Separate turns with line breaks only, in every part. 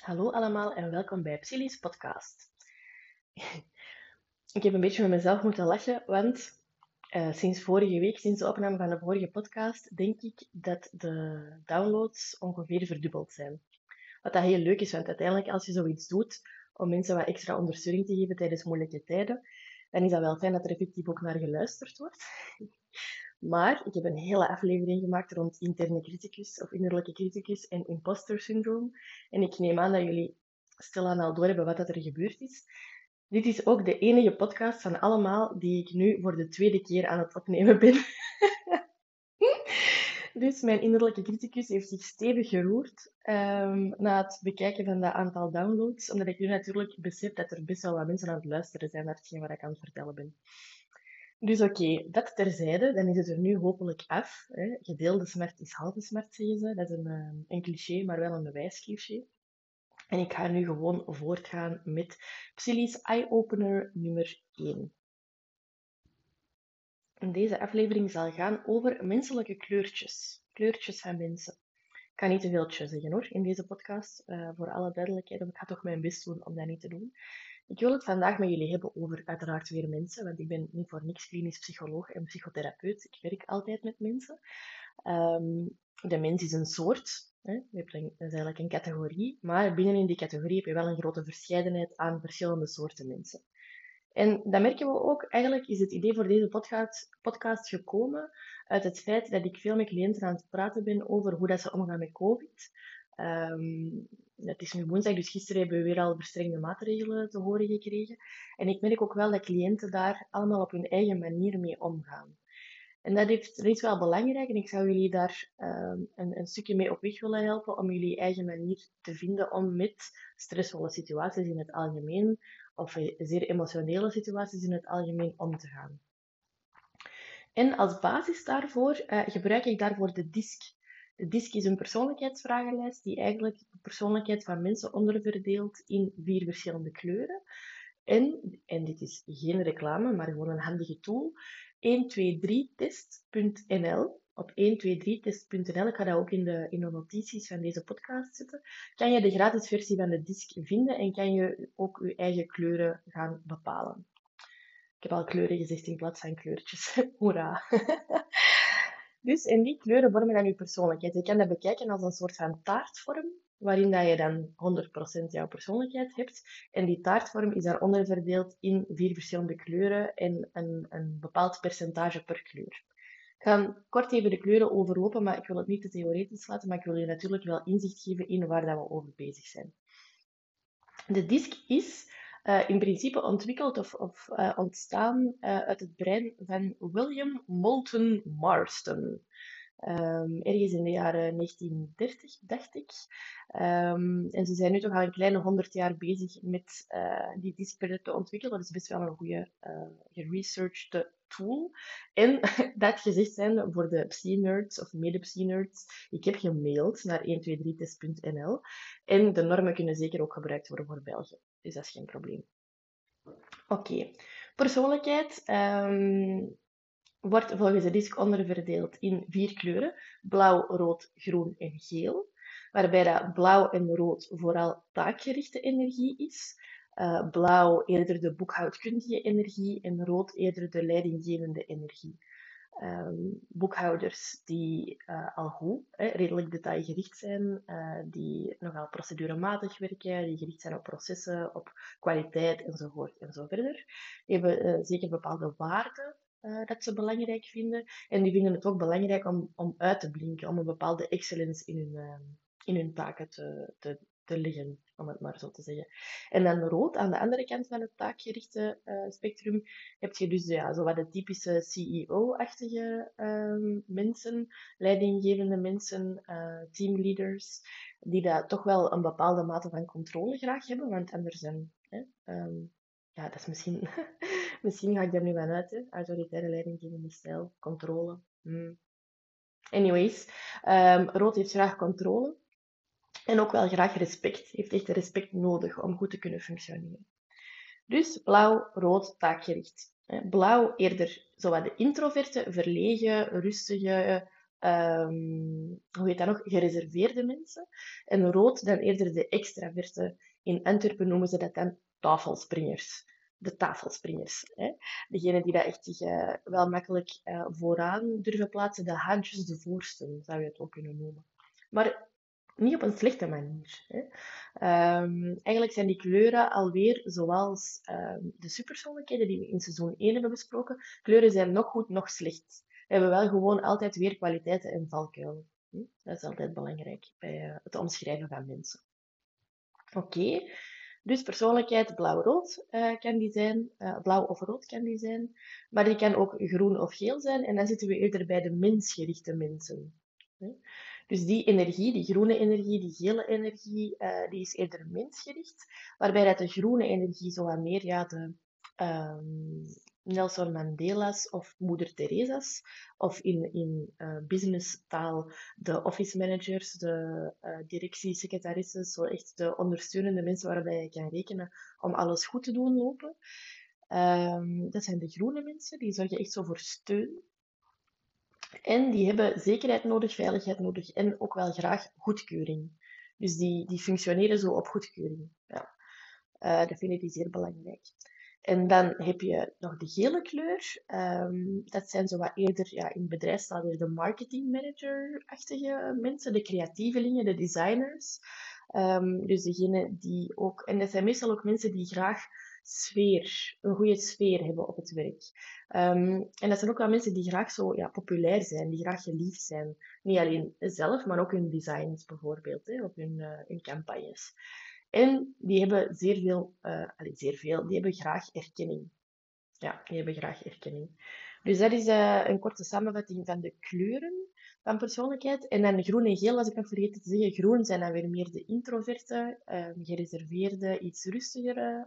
Hallo allemaal en welkom bij Psylli's podcast. Ik heb een beetje met mezelf moeten lachen, want sinds vorige week, sinds de opname van de vorige podcast, denk ik dat de downloads ongeveer verdubbeld zijn. Wat dat heel leuk is, want uiteindelijk als je zoiets doet om mensen wat extra ondersteuning te geven tijdens moeilijke tijden, dan is dat wel fijn dat er effectief ook naar geluisterd wordt. Maar ik heb een hele aflevering gemaakt rond interne criticus of innerlijke criticus en imposter syndroom. En ik neem aan dat jullie stilaan al doorhebben wat dat er gebeurd is. Dit is ook de enige podcast van allemaal die ik nu voor de tweede keer aan het opnemen ben. Dus mijn innerlijke criticus heeft zich stevig geroerd na het bekijken van dat aantal downloads, omdat ik nu natuurlijk besef dat er best wel wat mensen aan het luisteren zijn naar hetgeen wat ik aan het vertellen ben. Dus oké, dat terzijde, dan is het er nu hopelijk af. Hè. Gedeelde smart is halve smart, zeggen ze. Dat is een cliché, maar wel een bewijscliché. En ik ga nu gewoon voortgaan met Psylli's Eye-Opener nummer 1. En deze aflevering zal gaan over menselijke kleurtjes. Kleurtjes van mensen. Ik kan niet te veel tje zeggen hoor, in deze podcast. Voor alle duidelijkheid, ik ga toch mijn best doen om dat niet te doen. Ik wil het vandaag met jullie hebben over uiteraard weer mensen, want ik ben niet voor niks klinisch psycholoog en psychotherapeut. Ik werk altijd met mensen. De mens is een soort, hè. Dat is eigenlijk een categorie, maar binnenin die categorie heb je wel een grote verscheidenheid aan verschillende soorten mensen. En dat merken we ook. Eigenlijk is het idee voor deze podcast gekomen uit het feit dat ik veel met cliënten aan het praten ben over hoe dat ze omgaan met COVID. Het is nu woensdag, dus gisteren hebben we weer al verstrengde maatregelen te horen gekregen. En ik merk ook wel dat cliënten daar allemaal op hun eigen manier mee omgaan. En dat is wel belangrijk en ik zou jullie daar een stukje mee op weg willen helpen om jullie eigen manier te vinden om met stressvolle situaties in het algemeen of zeer emotionele situaties in het algemeen om te gaan. En als basis daarvoor gebruik ik daarvoor de DISC. De DISC is een persoonlijkheidsvragenlijst die eigenlijk de persoonlijkheid van mensen onderverdeelt in 4 verschillende kleuren. En dit is geen reclame, maar gewoon een handige tool. 123test.nl. Op 123test.nl, ik ga dat ook in de notities van deze podcast zetten, kan je de gratis versie van de DISC vinden en kan je ook je eigen kleuren gaan bepalen. Ik heb al kleuren gezegd in plaats van kleurtjes. Hoera! Dus, en die kleuren vormen dan je persoonlijkheid. Je kan dat bekijken als een soort van taartvorm, waarin dat je dan 100% jouw persoonlijkheid hebt. En die taartvorm is dan onderverdeeld in 4 verschillende kleuren en een bepaald percentage per kleur. Ik ga kort even de kleuren overlopen, maar ik wil het niet te theoretisch laten, maar ik wil je natuurlijk wel inzicht geven in waar dat we over bezig zijn. De DISC is in principe ontwikkeld of ontstaan uit het brein van William Moulton Marston. Ergens in de jaren 1930, dacht ik. En ze zijn nu toch al een kleine 100 jaar bezig met die DISC te ontwikkelen. Dat is best wel een goede geresearchede tool. En dat gezegd zijn voor de psy-nerds of mede-psy-nerds. Ik heb gemaild naar 123test.nl en de normen kunnen zeker ook gebruikt worden voor België. Dus dat is geen probleem. Oké. Persoonlijkheid wordt volgens de DISC onderverdeeld in 4 kleuren. Blauw, rood, groen en geel. Waarbij dat blauw en rood vooral taakgerichte energie is. Blauw eerder de boekhoudkundige energie en rood eerder de leidinggevende energie. Boekhouders die al goed, redelijk detailgericht zijn, die nogal procedurematig werken, die gericht zijn op processen, op kwaliteit enzovoort en zo verder. Die hebben zeker bepaalde waarden dat ze belangrijk vinden. En die vinden het ook belangrijk om uit te blinken, om een bepaalde excellence in hun taken te leggen, om het maar zo te zeggen. En dan rood, aan de andere kant van het taakgerichte spectrum, heb je dus ja, zo wat de typische CEO-achtige mensen, leidinggevende mensen, teamleaders, die daar toch wel een bepaalde mate van controle graag hebben, want anders dan... ja, dat is misschien... misschien ga ik daar nu van uit, hè. Autoritaire leidinggevende stijl, controle. Anyways, rood heeft graag controle. En ook wel graag respect. Heeft echt respect nodig om goed te kunnen functioneren. Dus blauw, rood, taakgericht. Blauw eerder zowat de introverte, verlegen, rustige, hoe heet dat nog? Gereserveerde mensen. En rood dan eerder de extraverte. In Antwerpen noemen ze dat dan tafelspringers. De tafelspringers. Hè? Degene die dat echt zich wel makkelijk vooraan durven plaatsen. De haantjes de voorsten, zou je het ook kunnen noemen. Maar niet op een slechte manier. Hè. Eigenlijk zijn die kleuren alweer zoals de superpersoonlijkheden die we in seizoen 1 hebben besproken. Kleuren zijn nog goed, nog slecht. We hebben wel gewoon altijd weer kwaliteiten en valkuilen. Dat is altijd belangrijk bij het omschrijven van mensen. Oké, dus persoonlijkheid blauw-rood kan die zijn, blauw of rood kan die zijn, maar die kan ook groen of geel zijn en dan zitten we eerder bij de mensgerichte mensen. Dus die energie, die groene energie, die gele energie, die is eerder mensgericht, waarbij dat de groene energie zo wat meer ja, de Nelson Mandela's of Moeder Teresa's, of in businesstaal de office managers, de directiesecretarissen, zo echt de ondersteunende mensen waarbij je kan rekenen om alles goed te doen lopen. Dat zijn de groene mensen, die zorgen echt zo voor steun. En die hebben zekerheid nodig, veiligheid nodig en ook wel graag goedkeuring. Dus die functioneren zo op goedkeuring. Ja. Dat vinden die zeer belangrijk. En dan heb je nog de gele kleur. Dat zijn zo wat eerder ja, in bedrijfstaal weer de marketingmanager-achtige mensen, de creatievelingen, de designers. Dus degene die ook... En dat zijn meestal ook mensen die graag een goede sfeer hebben op het werk. En dat zijn ook wel mensen die graag zo ja, populair zijn, die graag geliefd zijn. Niet alleen zelf, maar ook hun designs bijvoorbeeld, hè, of hun campagnes. En die hebben zeer veel, die hebben graag erkenning. Ja, die hebben graag erkenning. Dus dat is een korte samenvatting van de kleuren van persoonlijkheid. En dan groen en geel, was ik nog vergeten te zeggen. Groen zijn dan weer meer de introverte, gereserveerde, iets rustigere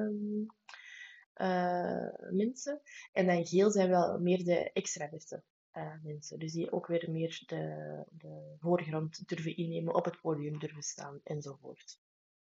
mensen. En dan geel zijn wel meer de extraverte mensen. Dus die ook weer meer de voorgrond durven innemen, op het podium durven staan enzovoort.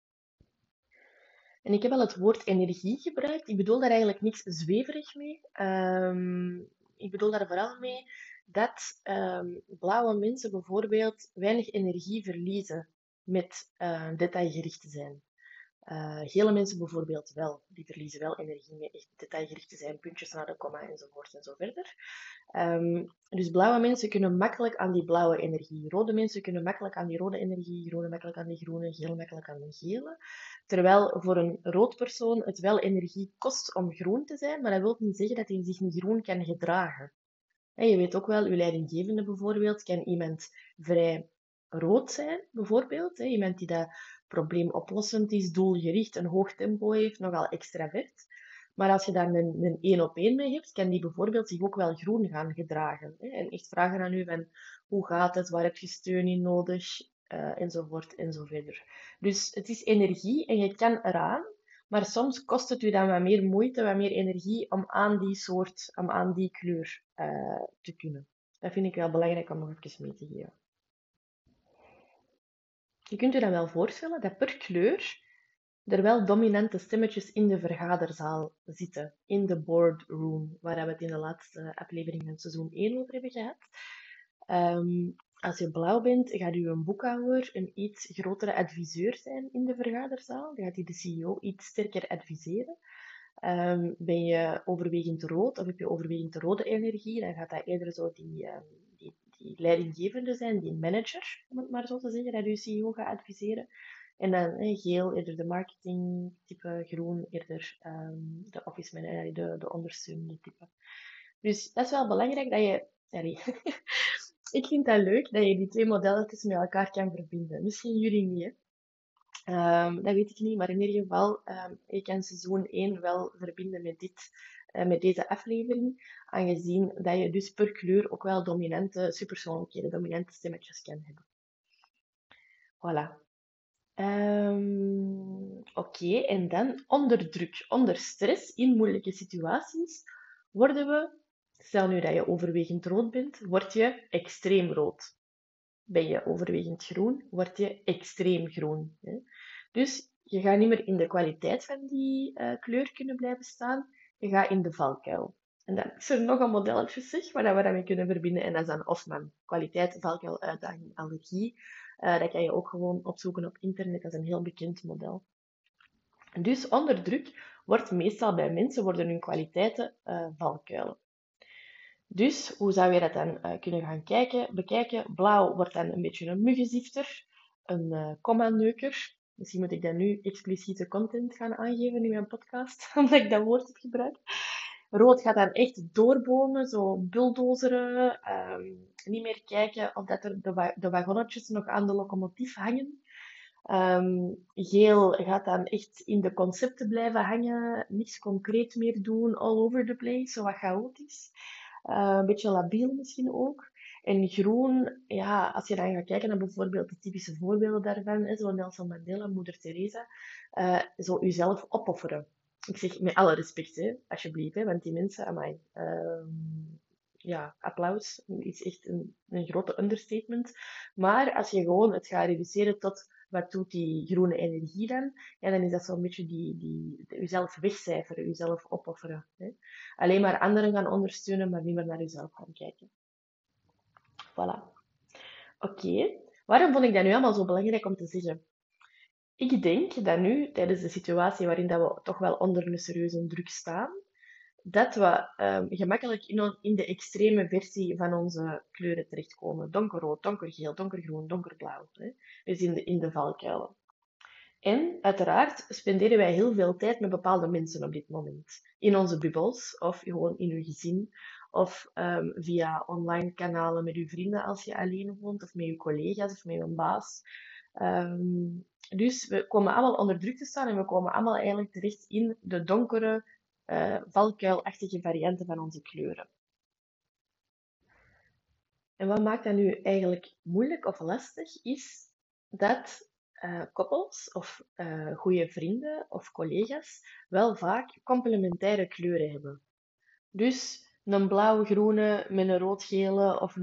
En ik heb al het woord energie gebruikt. Ik bedoel daar eigenlijk niks zweverig mee. Ik bedoel daar vooral mee dat blauwe mensen bijvoorbeeld weinig energie verliezen met detailgericht te zijn. Gele mensen bijvoorbeeld wel. Die verliezen wel energie met echt detailgericht te zijn, puntjes naar de komma enzovoort en zo verder. Dus blauwe mensen kunnen makkelijk aan die blauwe energie. Rode mensen kunnen makkelijk aan die rode energie, groene makkelijk aan die groene, gele makkelijk aan die gele. Terwijl voor een rood persoon het wel energie kost om groen te zijn, maar dat wil niet zeggen dat hij zich niet groen kan gedragen. En je weet ook wel, uw leidinggevende bijvoorbeeld kan iemand vrij rood zijn, bijvoorbeeld. Iemand die dat probleemoplossend is, doelgericht, een hoog tempo heeft, nogal extravert. Maar als je daar een 1-op-1 mee hebt, kan die bijvoorbeeld zich ook wel groen gaan gedragen. En echt vragen aan u van, hoe gaat het, waar heb je steun in nodig, enzovoort enzoverder. Dus het is energie en je kan eraan, maar soms kost het u dan wat meer moeite, wat meer energie om aan die kleur te kunnen. Dat vind ik wel belangrijk om nog even mee te geven. Je kunt u dan wel voorstellen dat per kleur er wel dominante stemmetjes in de vergaderzaal zitten, in de boardroom, waar we het in de laatste aflevering van seizoen 1 over hebben gehad. Als je blauw bent, gaat u een boekhouder een iets grotere adviseur zijn in de vergaderzaal. Dan gaat hij de CEO iets sterker adviseren. Ben je overwegend rood of heb je overwegend rode energie, dan gaat dat eerder zo die leidinggevende zijn, die manager, om het maar zo te zeggen, dat je CEO gaat adviseren. En dan geel eerder de marketing type, groen eerder de office manager, de ondersteunende type. Dus dat is wel belangrijk dat je... Ik vind dat leuk dat je die twee modelletjes met elkaar kan verbinden. Misschien jullie niet, hè? Dat weet ik niet, maar in ieder geval, ik kan seizoen 1 wel verbinden met deze aflevering, aangezien dat je dus per kleur ook wel dominante superpersoonlijkheden, dominante stemmetjes kan hebben. Voilà. Oké, en dan onder druk, onder stress, in moeilijke situaties, worden we, stel nu dat je overwegend rood bent, word je extreem rood. Ben je overwegend groen, word je extreem groen. Hè? Dus je gaat niet meer in de kwaliteit van die kleur kunnen blijven staan, je gaat in de valkuil. En dan is er nog een modelletje, zeg, waar we dat mee kunnen verbinden. En dat is dan Hofman. Kwaliteit, valkuil, uitdaging, allergie. Dat kan je ook gewoon opzoeken op internet. Dat is een heel bekend model. Dus onder druk wordt meestal bij mensen worden hun kwaliteiten valkuilen. Dus hoe zou je dat dan kunnen gaan bekijken? Blauw wordt dan een beetje een muggenzifter, een comma-neuker. Misschien moet ik dan nu expliciete content gaan aangeven in mijn podcast, omdat ik dat woord heb gebruikt. Rood gaat dan echt doorbomen, zo bulldozeren. Niet meer kijken of dat er de wagonnetjes nog aan de locomotief hangen. Geel gaat dan echt in de concepten blijven hangen, niks concreet meer doen, all over the place, zo wat chaotisch. Een beetje labiel misschien ook. En groen, ja, als je dan gaat kijken naar bijvoorbeeld de typische voorbeelden daarvan, hè, zo Nelson Mandela, Moeder Teresa, zo jezelf opofferen. Ik zeg met alle respect, hè, alsjeblieft, hè, want die mensen, amai, ja, applaus is echt een grote understatement. Maar als je gewoon het gaat reduceren tot wat doet die groene energie dan, ja, dan is dat zo'n beetje jezelf wegcijferen, jezelf opofferen. Hè. Alleen maar anderen gaan ondersteunen, maar niet meer naar jezelf gaan kijken. Voilà. Oké. Waarom vond ik dat nu allemaal zo belangrijk om te zeggen? Ik denk dat nu, tijdens de situatie waarin dat we toch wel onder een serieuze druk staan, dat we gemakkelijk in de extreme versie van onze kleuren terechtkomen. Donkerrood, donkergeel, donkergroen, donkerblauw. Hè? Dus in de valkuilen. En uiteraard spenderen wij heel veel tijd met bepaalde mensen op dit moment. In onze bubbels, of gewoon in uw gezin, of via online kanalen met uw vrienden als je alleen woont, of met uw collega's of met een baas. Dus we komen allemaal onder druk te staan en we komen allemaal eigenlijk terecht in de donkere, valkuilachtige varianten van onze kleuren. En wat maakt dat nu eigenlijk moeilijk of lastig, is dat koppels of goede vrienden of collega's wel vaak complementaire kleuren hebben. Dus een blauw-groene met een rood-gele of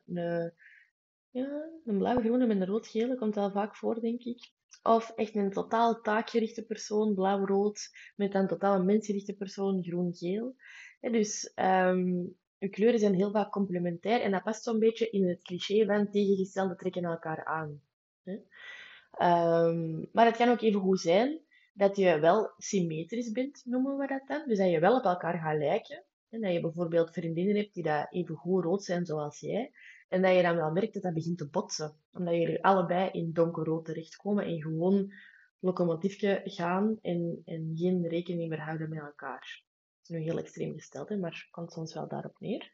een blauw-groene met een rood-gele komt wel vaak voor, denk ik. Of echt een totaal taakgerichte persoon, blauw-rood, met een totaal mensgerichte persoon, groen-geel. Dus uw kleuren zijn heel vaak complementair en dat past zo'n beetje in het cliché van tegengestelde trekken elkaar aan. Hè. Maar het kan ook even goed zijn dat je wel symmetrisch bent, noemen we dat dan. Dus dat je wel op elkaar gaat lijken. En dat je bijvoorbeeld vriendinnen hebt die dat even goed rood zijn zoals jij. En dat je dan wel merkt dat dat begint te botsen. Omdat jullie allebei in donkerrood terechtkomen en gewoon locomotiefje gaan en geen rekening meer houden met elkaar. Dat is nu heel extreem gesteld, hè, maar komt soms wel daarop neer.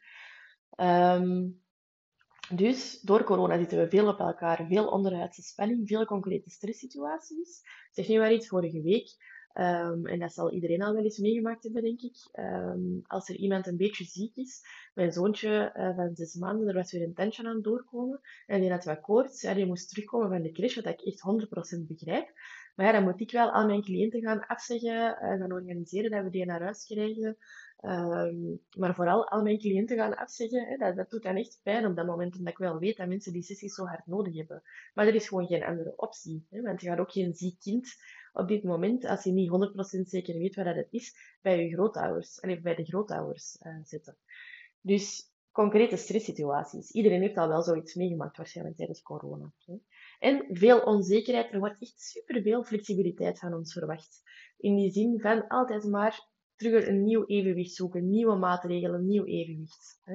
Dus door corona zitten we veel op elkaar, veel onderhuidse spanning, veel concrete stresssituaties. Ik zeg nu maar iets vorige week, en dat zal iedereen al wel eens meegemaakt hebben, denk ik. Als er iemand een beetje ziek is, mijn zoontje van 6 maanden, er was weer een tentje aan het doorkomen, en die had wat koorts, ja, die moest terugkomen van de crash, wat ik echt 100% begrijp. Maar ja, dan moet ik wel al mijn cliënten gaan afzeggen, gaan organiseren dat we die naar huis krijgen. Maar vooral al mijn cliënten gaan afzeggen, hè, dat doet dan echt pijn op dat moment, omdat ik wel weet dat mensen die sessies zo hard nodig hebben. Maar er is gewoon geen andere optie, hè, want je gaat ook geen ziek kind op dit moment, als je niet 100% zeker weet wat dat het is, bij je grootouders, bij de grootouders zetten. Dus concrete stresssituaties. Iedereen heeft al wel zoiets meegemaakt, waarschijnlijk tijdens corona. Hè. En veel onzekerheid. Er wordt echt superveel flexibiliteit van ons verwacht. In die zin van altijd maar terug een nieuw evenwicht zoeken, nieuwe maatregelen, nieuw evenwicht. Hè.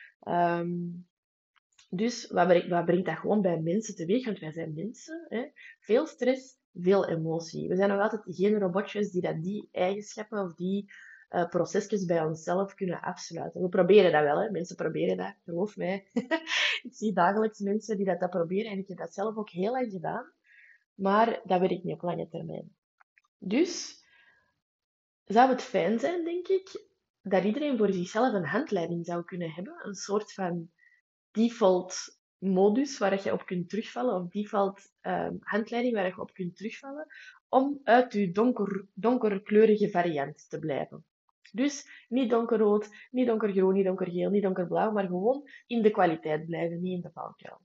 Dus wat brengt dat gewoon bij mensen teweeg? Want wij zijn mensen. Hè. Veel stress, veel emotie. We zijn nog altijd geen robotjes die eigenschappen of die procesjes bij onszelf kunnen afsluiten. We proberen dat wel. Hè. Mensen proberen dat, geloof mij. Ik zie dagelijks mensen die dat proberen en ik heb dat zelf ook heel lang gedaan. Maar dat werkt niet op lange termijn. Dus zou het fijn zijn, denk ik, dat iedereen voor zichzelf een handleiding zou kunnen hebben. Een soort van default modus waar je op kunt terugvallen, of default handleiding waar je op kunt terugvallen, om uit je donkerkleurige variant te blijven. Dus niet donkerrood, niet donkergroen, niet donkergeel, niet donkerblauw, maar gewoon in de kwaliteit blijven, niet in de valkuil.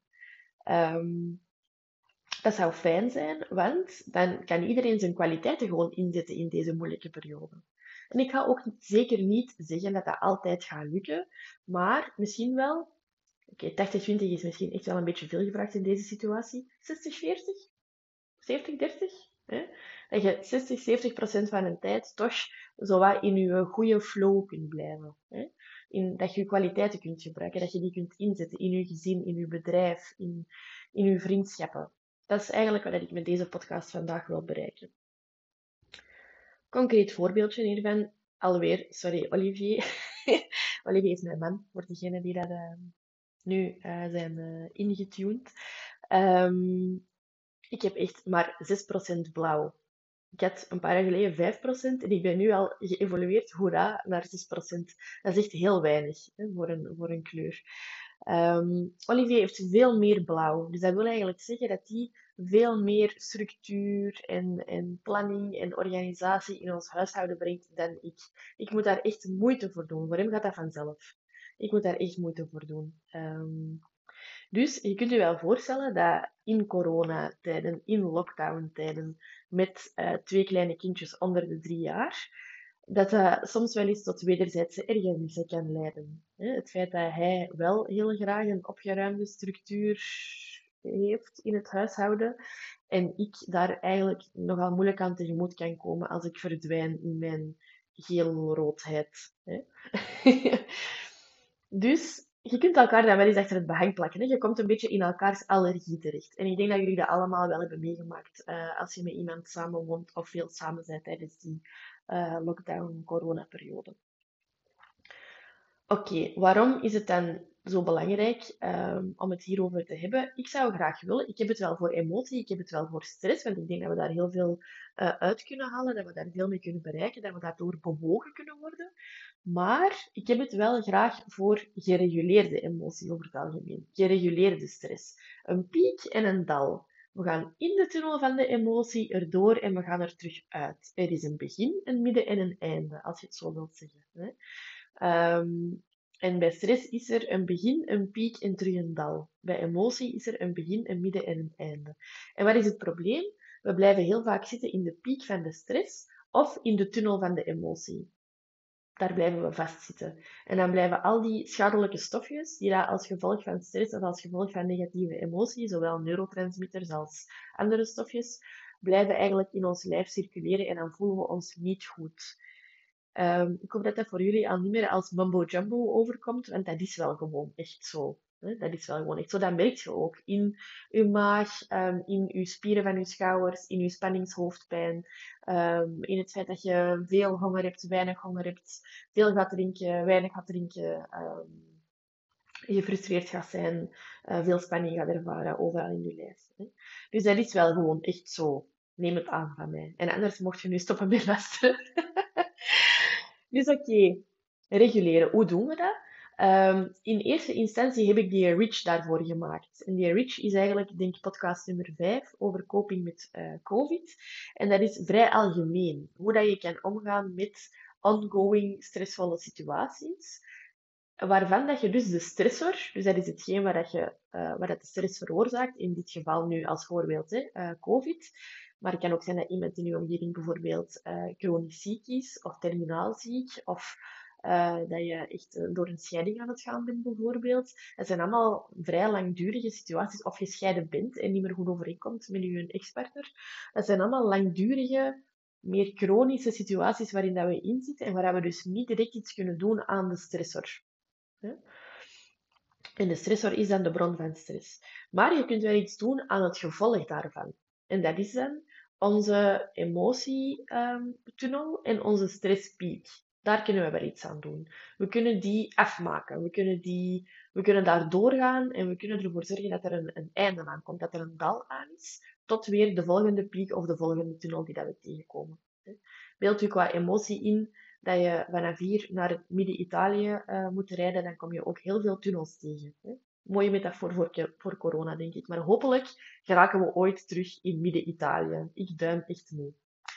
Dat zou fijn zijn, want dan kan iedereen zijn kwaliteiten gewoon inzetten in deze moeilijke periode. En ik ga ook zeker niet zeggen dat dat altijd gaat lukken, maar misschien wel. Oké, 80-20 is misschien echt wel een beetje veel gevraagd in deze situatie. 60-40? 70-30? Hè? Dat je 60-70% van de tijd toch zo wat in je goede flow kunt blijven. Hè? Dat je je kwaliteiten kunt gebruiken, dat je die kunt inzetten in je gezin, in je bedrijf, in je vriendschappen. Dat is eigenlijk wat ik met deze podcast vandaag wil bereiken. Concreet voorbeeldje hiervan, alweer, sorry Olivier. Olivier is mijn man, voor diegenen die dat nu zijn ingetuned. Ehm, ik heb echt maar 6% blauw. Ik had een paar jaar geleden 5% en ik ben nu al geëvolueerd, hoera, naar 6%. Dat is echt heel weinig hè, voor een kleur. Olivier heeft veel meer blauw. Dus dat wil eigenlijk zeggen dat hij veel meer structuur en planning en organisatie in ons huishouden brengt dan ik. Ik moet daar echt moeite voor doen. Voor hem gaat dat vanzelf. Ik moet daar echt moeite voor doen. Dus je kunt je wel voorstellen dat in coronatijden, in lockdown-tijden, met 2 kleine kindjes onder de 3 jaar, dat dat soms wel eens tot wederzijdse ergernissen kan leiden. Het feit dat hij wel heel graag een opgeruimde structuur heeft in het huishouden en ik daar eigenlijk nogal moeilijk aan tegemoet kan komen als ik verdwijn in mijn geel-roodheid. Dus je kunt elkaar dan wel eens achter het behang plakken. Hè? Je komt een beetje in elkaars allergie terecht. En ik denk dat jullie dat allemaal wel hebben meegemaakt als je met iemand samenwoont of veel samen bent tijdens die lockdown-corona-periode. Oké, waarom is het dan zo belangrijk om het hierover te hebben? Ik zou graag willen, ik heb het wel voor emotie, ik heb het wel voor stress, want ik denk dat we daar heel veel uit kunnen halen, dat we daar veel mee kunnen bereiken, dat we daardoor bewogen kunnen worden. Maar ik heb het wel graag voor gereguleerde emotie over het algemeen. Gereguleerde stress. Een piek en een dal. We gaan in de tunnel van de emotie erdoor en we gaan er terug uit. Er is een begin, een midden en een einde, als je het zo wilt zeggen. Hè. En bij stress is er een begin, een piek en terug een dal. Bij emotie is er een begin, een midden en een einde. En wat is het probleem? We blijven heel vaak zitten in de piek van de stress of in de tunnel van de emotie. Daar blijven we vastzitten. En dan blijven al die schadelijke stofjes, die daar als gevolg van stress of als gevolg van negatieve emotie, zowel neurotransmitters als andere stofjes, blijven eigenlijk in ons lijf circuleren en dan voelen we ons niet goed. Ik hoop dat dat voor jullie al niet meer als mumbo jumbo overkomt, want dat is wel gewoon echt zo. Hè? Dat is wel gewoon echt zo. Dat merk je ook in je maag, in je spieren van je schouders, in je spanningshoofdpijn, in het feit dat je veel honger hebt, weinig honger hebt, veel gaat drinken, weinig gaat drinken, gefrustreerd gaat zijn, veel spanning gaat ervaren overal in je lijf. Hè? Dus dat is wel gewoon echt zo. Neem het aan van mij. En anders mocht je nu stoppen met luisteren. Dus oké, reguleren. Hoe doen we dat? In eerste instantie heb ik die Rich daarvoor gemaakt. En die Rich is eigenlijk, denk ik, podcast nummer 5 over coping met COVID. En dat is vrij algemeen. Hoe dat je kan omgaan met ongoing stressvolle situaties. Waarvan dat je dus de stressor, dus dat is hetgeen wat dat de stress veroorzaakt, in dit geval nu als voorbeeld COVID. Maar het kan ook zijn dat iemand in uw omgeving bijvoorbeeld chronisch ziek is of terminaal ziek of dat je echt door een scheiding aan het gaan bent bijvoorbeeld. Dat zijn allemaal vrij langdurige situaties of je gescheiden bent en niet meer goed overeenkomt met je ex-partner. Dat zijn allemaal langdurige, meer chronische situaties waarin dat we in zitten en waar we dus niet direct iets kunnen doen aan de stressor. En de stressor is dan de bron van stress. Maar je kunt wel iets doen aan het gevolg daarvan. En dat is dan onze emotietunnel en onze stresspiek. Daar kunnen we wel iets aan doen. We kunnen die afmaken. We kunnen daar doorgaan en we kunnen ervoor zorgen dat er een einde aan komt. Dat er een dal aan is. Tot weer de volgende piek of de volgende tunnel die dat we tegenkomen. Beeld u qua emotie in dat je vanaf hier naar het midden-Italië moet rijden, dan kom je ook heel veel tunnels tegen. Hè? Mooie metafoor voor corona, denk ik. Maar hopelijk geraken we ooit terug in midden-Italië. Ik duim echt mee.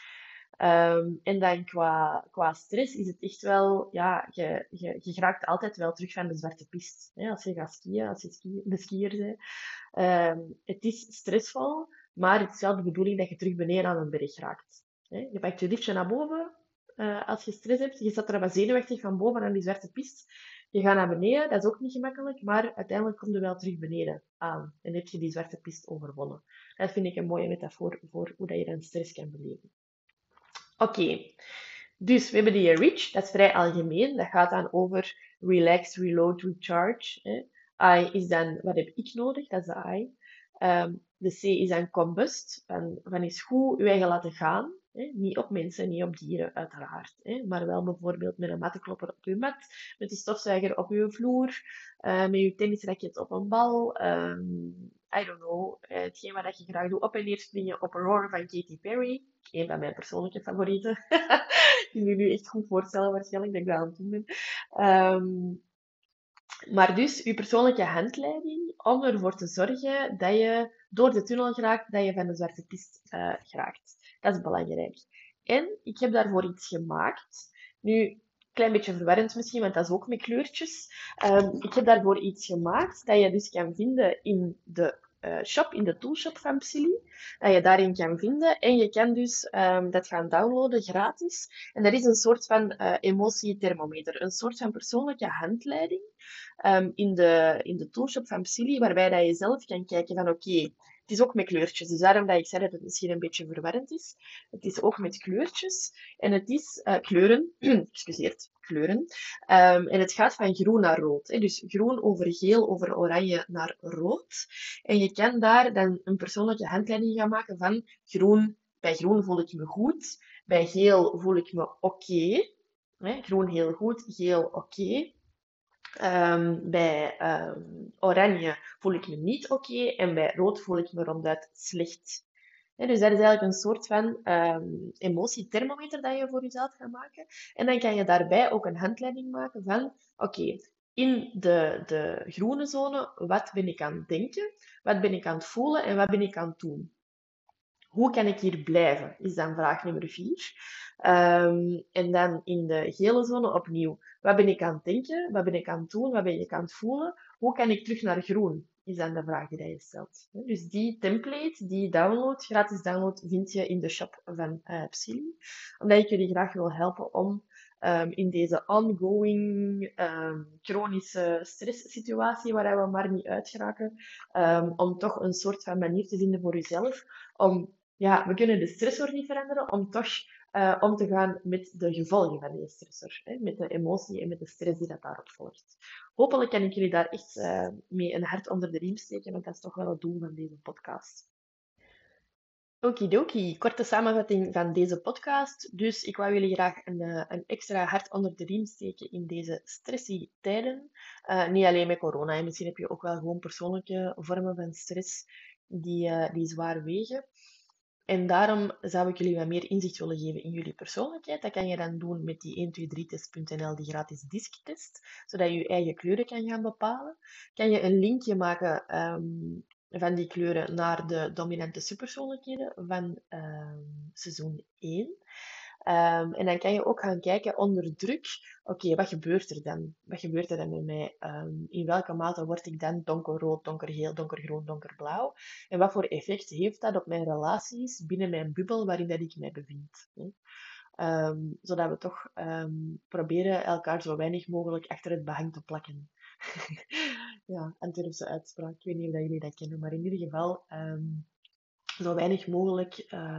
En dan qua stress is het echt wel, ja, je geraakt altijd wel terug van de zwarte piste. Hè? Als je gaat skiën, als je de skier bent. Het is stressvol, maar het is wel de bedoeling dat je terug beneden aan een berg raakt. Hè? Je pakt je liftje naar boven, als je stress hebt. Je staat er wat zenuwachtig van boven aan die zwarte pist. Je gaat naar beneden, dat is ook niet gemakkelijk, maar uiteindelijk kom je wel terug beneden aan. En heb je die zwarte pist overwonnen. Dat vind ik een mooie metafoor voor hoe dat je dan stress kan beleven. Oké, dus we hebben die reach, dat is vrij algemeen. Dat gaat dan over relax, reload, recharge. Hè. I is dan, wat heb ik nodig? Dat is de I. De C is dan combust, van eens goed je eigen laten gaan. Hè. Niet op mensen, niet op dieren, uiteraard. Hè. Maar wel bijvoorbeeld met een mattenklopper op je mat, met die stofzuiger op je vloer, met je tennisracket op een bal. I don't know, hetgeen wat je graag doet, op en neer springen op Roar van Katy Perry. Een van mijn persoonlijke favorieten. Ik kan je nu echt goed voorstellen waarschijnlijk dat ik dat aan het doen ben. Ehm, maar dus, je persoonlijke handleiding om ervoor te zorgen dat je door de tunnel geraakt, dat je van de zwarte pist geraakt. Dat is belangrijk. En ik heb daarvoor iets gemaakt. Nu, een klein beetje verwarrend misschien, want dat is ook met kleurtjes. Ik heb daarvoor iets gemaakt dat je dus kan vinden in de shop, in de toolshop van Psylli. Dat je daarin kan vinden. En je kan dus dat gaan downloaden gratis. En dat is een soort van emotiethermometer. Een soort van persoonlijke handleiding in de toolshop van Psylli, waarbij dat je zelf kan kijken van oké, het is ook met kleurtjes. Dus daarom dat ik zei dat het misschien een beetje verwarrend is. Het is ook met kleurtjes. En het is kleuren, excuseert, kleuren. En het gaat van groen naar rood. Hè. Dus groen over geel, over oranje naar rood. En je kan daar dan een persoonlijke handleiding gaan maken van groen. Bij groen voel ik me goed. Bij geel voel ik me oké. Groen heel goed, geel oké. Bij oranje voel ik me niet oké en bij rood voel ik me ronduit slecht. Dus dat is eigenlijk een soort van emotiethermometer dat je voor jezelf gaat maken. En dan kan je daarbij ook een handleiding maken van, oké, in de groene zone, wat ben ik aan het denken, wat ben ik aan het voelen en wat ben ik aan het doen? Hoe kan ik hier blijven? Is dan vraag nummer 4. En dan in de gele zone opnieuw. Wat ben ik aan het denken? Wat ben ik aan het doen? Wat ben ik aan het voelen? Hoe kan ik terug naar groen? Is dan de vraag die je stelt. Dus die template, die download, gratis download, vind je in de shop van Psylli. Omdat ik jullie graag wil helpen om in deze ongoing chronische stresssituatie waar we maar niet uit geraken, om toch een soort van manier te vinden voor jezelf om ja, we kunnen de stressor niet veranderen om toch om te gaan met de gevolgen van die stressor. Hè, met de emotie en met de stress die dat daarop volgt. Hopelijk kan ik jullie daar echt mee een hart onder de riem steken, want dat is toch wel het doel van deze podcast. Okidoki, korte samenvatting van deze podcast. Dus ik wou jullie graag een extra hart onder de riem steken in deze stressy tijden. Niet alleen met corona, en misschien heb je ook wel gewoon persoonlijke vormen van stress die zwaar wegen. En daarom zou ik jullie wat meer inzicht willen geven in jullie persoonlijkheid. Dat kan je dan doen met die 123.nl, die gratis disktest, zodat je je eigen kleuren kan gaan bepalen. Kan je een linkje maken van die kleuren naar de dominante subpersoonlijkheden van seizoen 1. En dan kan je ook gaan kijken onder druk. Oké, wat gebeurt er dan? Wat gebeurt er dan met mij? In welke mate word ik dan donkerrood, donkergeel, donkergroen, donkerblauw? En wat voor effect heeft dat op mijn relaties binnen mijn bubbel waarin dat ik mij bevind? Zodat we toch proberen elkaar zo weinig mogelijk achter het behang te plakken. Ja, Antwerpse uitspraak. Ik weet niet of jullie dat kennen, maar in ieder geval zo weinig mogelijk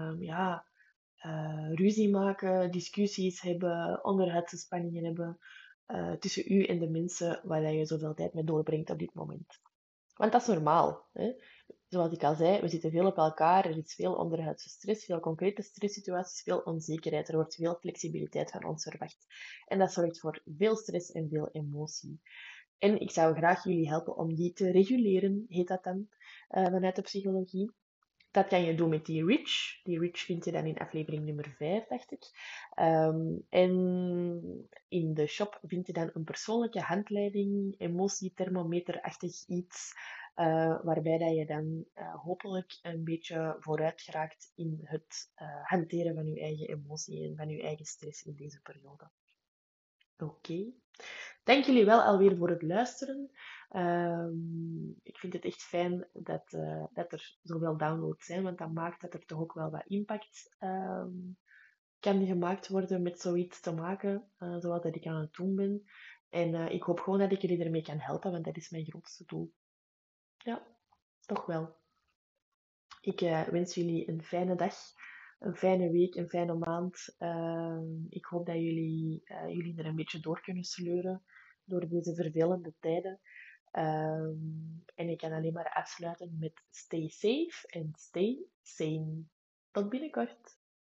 ruzie maken, discussies hebben, onderhuidse spanningen hebben tussen u en de mensen waar je zoveel tijd mee doorbrengt op dit moment. Want dat is normaal. Hè? Zoals ik al zei, we zitten veel op elkaar, er is veel onderhuidse stress, veel concrete stresssituaties, veel onzekerheid, er wordt veel flexibiliteit van ons verwacht. En dat zorgt voor veel stress en veel emotie. En ik zou graag jullie helpen om die te reguleren, heet dat dan, vanuit de psychologie. Dat kan je doen met die Rich. Die Rich vind je dan in aflevering nummer 5, dacht ik. En in de shop vind je dan een persoonlijke handleiding, emotiethermometer-achtig iets, waarbij dat je dan hopelijk een beetje vooruit geraakt in het hanteren van je eigen emotie en van je eigen stress in deze periode. Oké. Dank jullie wel alweer voor het luisteren. Ik vind het echt fijn dat er zoveel downloads zijn, want dat maakt dat er toch ook wel wat impact kan gemaakt worden met zoiets te maken, zoals dat ik aan het doen ben. En ik hoop gewoon dat ik jullie ermee kan helpen, want dat is mijn grootste doel. Ja, toch wel. Ik wens jullie een fijne dag, een fijne week, een fijne maand. Ik hoop dat jullie er een beetje door kunnen sleuren door deze vervelende tijden. En ik kan alleen maar afsluiten met stay safe en stay sane. Tot binnenkort.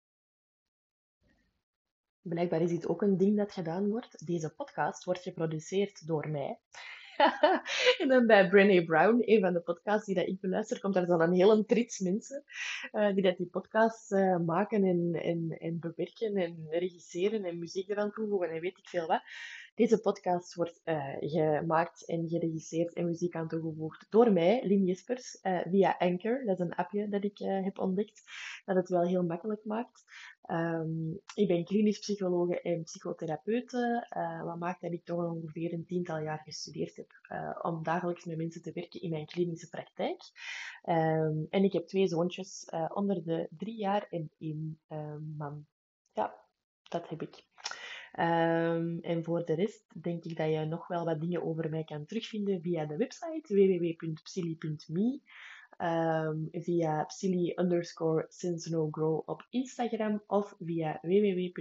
Blijkbaar is dit ook een ding dat gedaan wordt. Deze podcast wordt geproduceerd door mij. En dan bij Brené Brown, een van de podcasts die dat ik beluister, komt er dan een hele trits mensen die dat die podcasts maken en bewerken en regisseren en muziek eraan toevoegen en weet ik veel wat. Deze podcast wordt gemaakt en geregisseerd en muziek aan toegevoegd door mij, Lien Jespers, via Anchor. Dat is een appje dat ik heb ontdekt, dat het wel heel makkelijk maakt. Ik ben klinisch psychologe en psychotherapeute, wat maakt dat ik toch al ongeveer een 10-tal jaar gestudeerd heb om dagelijks met mensen te werken in mijn klinische praktijk. En ik heb 2 zoontjes onder de 3 jaar en 1 man. Ja, dat heb ik. En voor de rest denk ik dat je nog wel wat dingen over mij kan terugvinden via de website www.psyli.me, via psyli_sensenogrow op Instagram of via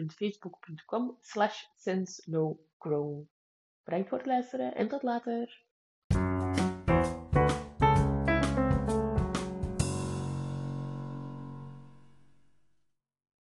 www.facebook.com/sensenogrow. Bedankt voor het luisteren en tot later.